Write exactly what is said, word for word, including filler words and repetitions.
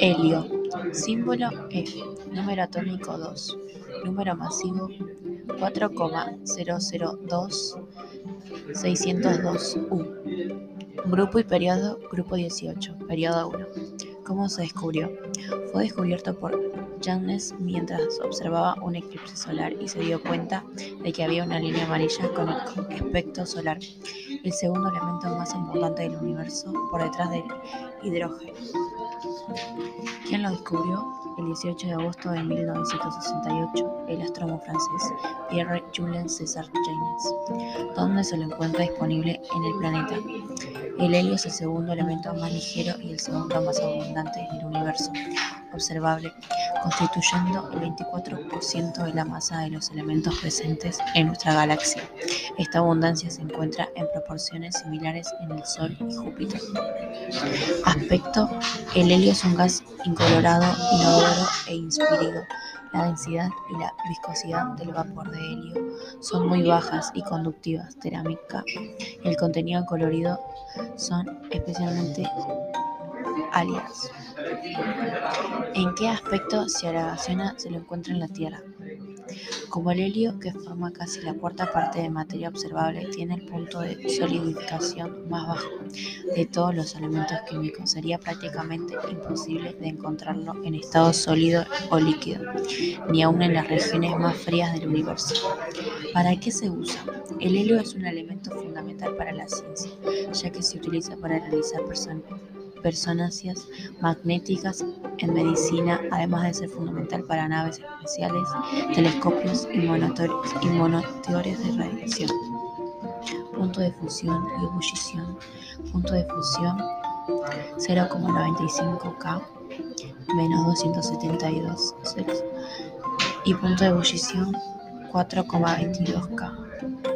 Helio, símbolo E, número atómico dos, número masivo cuatro coma cero cero dos seiscientos dos U. Grupo y periodo, grupo dieciocho, periodo uno. ¿Cómo se descubrió? Fue descubierto por Jannes mientras observaba un eclipse solar y se dio cuenta de que había una línea amarilla con el espectro solar, el segundo elemento más abundante del universo por detrás del hidrógeno. ¿Quién lo descubrió? El dieciocho de agosto de mil novecientos sesenta y ocho, el astrónomo francés Pierre-Jules César Jannes. ¿Dónde se lo encuentra disponible en el planeta? El helio es el segundo elemento más ligero y el segundo más abundante del universo observable, constituyendo el veinticuatro por ciento de la masa de los elementos presentes en nuestra galaxia. Esta abundancia se encuentra en proporciones similares en el Sol y Júpiter. Aspecto: el helio es un gas incolorado, inodoro e inspirido. La densidad y la viscosidad del vapor de helio son muy bajas y conductivas térmica. El contenido colorido son especialmente álidas. ¿En qué aspecto se reacciona se lo encuentra en la Tierra? Como el helio, que forma casi la cuarta parte de materia observable, tiene el punto de solidificación más bajo de todos los elementos químicos, sería prácticamente imposible de encontrarlo en estado sólido o líquido, ni aun en las regiones más frías del universo. ¿Para qué se usa? El helio es un elemento fundamental para la ciencia, ya que se utiliza para realizar person- resonancias magnéticas en medicina, además de ser fundamental para naves espaciales, telescopios y monitores, y monitores de radiación. Punto de fusión y ebullición. Punto de fusión cero coma noventa y cinco K menos doscientos setenta y dos y punto de ebullición cuatro coma veintidós K.